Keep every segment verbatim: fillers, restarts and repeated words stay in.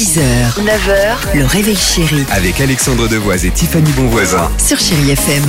six heures, neuf heures, le réveil chéri Avec Alexandre Devoise et Tiffany Bonvoisin. sur Chéri F M.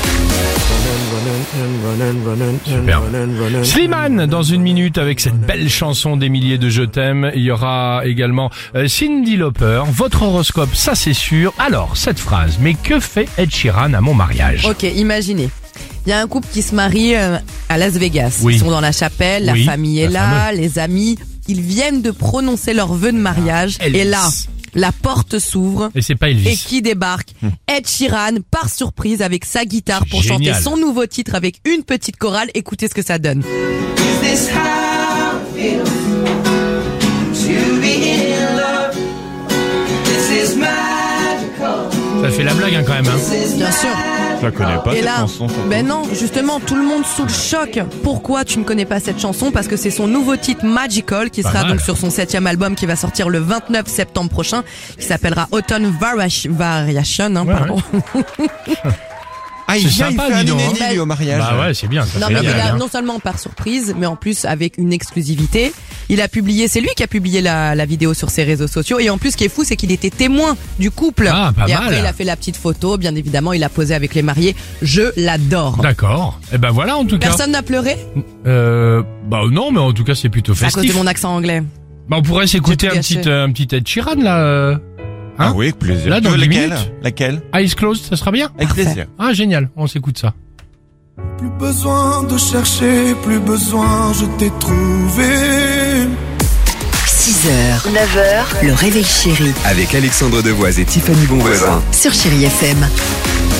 Super. Slimane dans une minute avec cette belle chanson des milliers de Je t'aime. Il y aura également euh, Cyndi Lauper. Votre horoscope, ça c'est sûr. Alors, cette phrase, mais que fait Ed Sheeran à mon mariage? Ok, imaginez. Il y a un couple qui se marie euh, à Las Vegas. Oui. Ils sont dans la chapelle, la Oui, famille est la là, fameuse. les amis. Ils viennent de prononcer leur vœu de mariage. Ah, Elvis. Et là, la porte s'ouvre. Et c'est pas Elvis. Et qui débarque? Ed Sheeran, par surprise, avec sa guitare pour Génial. chanter son nouveau titre avec une petite chorale. Écoutez ce que ça donne. Is this how it feels to be in love? This is magical. Ça fait la blague hein, quand même. Hein. This is Bien sûr. Je la connais pas Et cette là, chanson. surtout. ben non, justement, tout le monde sous le choc. Pourquoi tu ne connais pas cette chanson? Parce que c'est son nouveau titre Magical qui Pas sera mal. donc sur son septième album qui va sortir le vingt-neuf septembre prochain, qui s'appellera Autumn Variation, Variation hein, Ouais, pardon. Ah, il C'est vient, sympa, il fait un dis donc, inédit hein. lui, au mariage. Bah ouais, c'est bien. Ça Non fait mais la il blague, a hein. non seulement par surprise, mais en plus avec une exclusivité. Il a publié, c'est lui qui a publié la, la vidéo sur ses réseaux sociaux. Et en plus, ce qui est fou, c'est qu'il était témoin du couple. Ah, pas et mal. après, il a fait la petite photo. Bien évidemment, il a posé avec les mariés. Je l'adore. D'accord. Et ben voilà en tout cas. Personne n'a pleuré Euh, bah non, mais en tout cas c'est plutôt à cause de festif. mon accent anglais. Bah on pourrait s'écouter J'ai tout un petit, gâché. euh, un petit Ed Sheeran là. euh. Hein Ah oui, avec plaisir. Là, dans Tu veux dix laquelle minutes. Laquelle Eyes closed, ça sera bien. Avec plaisir. Ah génial, on s'écoute ça. Plus besoin de chercher, plus besoin, je t'ai trouvé. six heures, neuf heures, le réveil chéri Avec Alexandre Devoise et Tiffany Bonvoisin. sur Chéri F M.